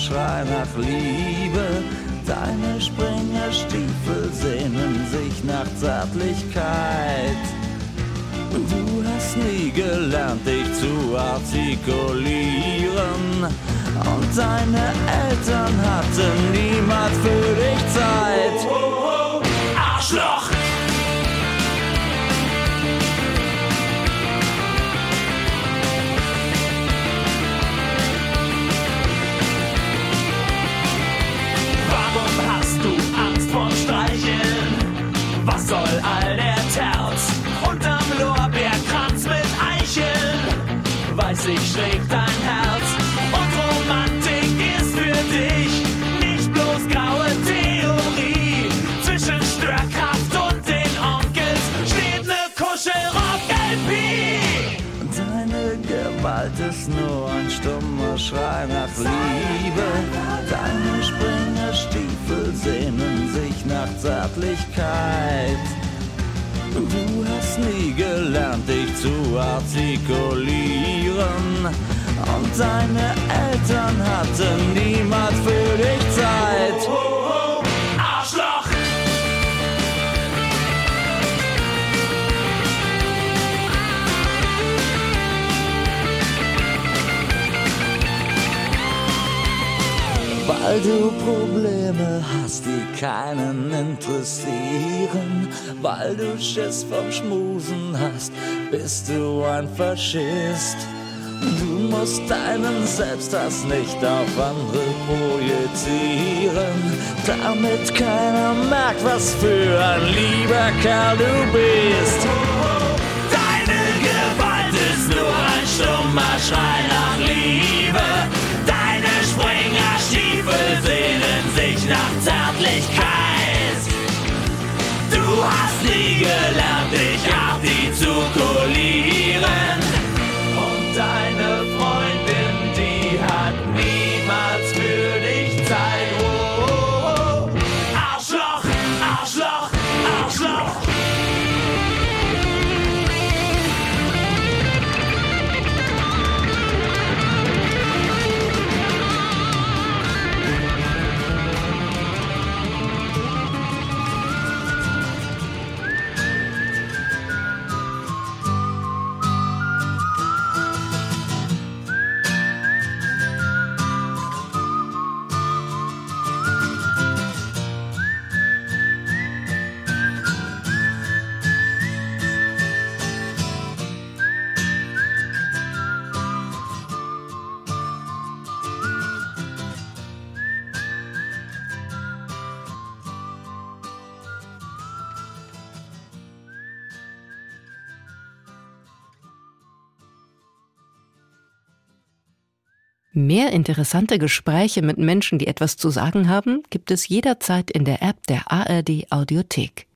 Schrei nach Liebe. Deine Springerstiefel sehnen sich nach Zärtlichkeit. Du hast nie gelernt, dich zu artikulieren. Und deine Eltern hatten niemals für dich Zeit. Oh, oh, oh. Arschloch! Warum hast du Angst vor Streicheln? Was soll all der Terz unterm Lorbeerkranz mit Eicheln? Weiß ich, schlägt dein Herz und Romantik ist für dich nicht bloß graue Theorie. Zwischen Störkraft und den Onkels steht ne Kuschelrock-L P. Deine Gewalt ist nur ein stummer Schrei nach Liebe. Deine Springerstiefel sehnen sich nach Zärtlichkeit. Du hast nie gelernt, dich zu artikulieren. Und deine Eltern hatten niemals für dich Zeit. Oh, oh, oh. Arschloch! Weil du Probleme hast, die keinen interessieren. Weil du Schiss vom Schmusen hast, bist du ein Faschist. Du musst deinen Selbsthass nicht auf andere projizieren, damit keiner merkt, was für ein lieber Kerl du bist. Deine Gewalt ist nur ein stummer Schrei nach Liebe. Deine Springerstiefel sehnen sich nach Zärtlichkeit. Du hast nie gelernt, dich artikulieren. Und deine Freundin, die hat niemals für dich Zeit. Oh, oh, oh. Arschloch, Arschloch, Arschloch. Mehr interessante Gespräche mit Menschen, die etwas zu sagen haben, gibt es jederzeit in der App der A R D Audiothek.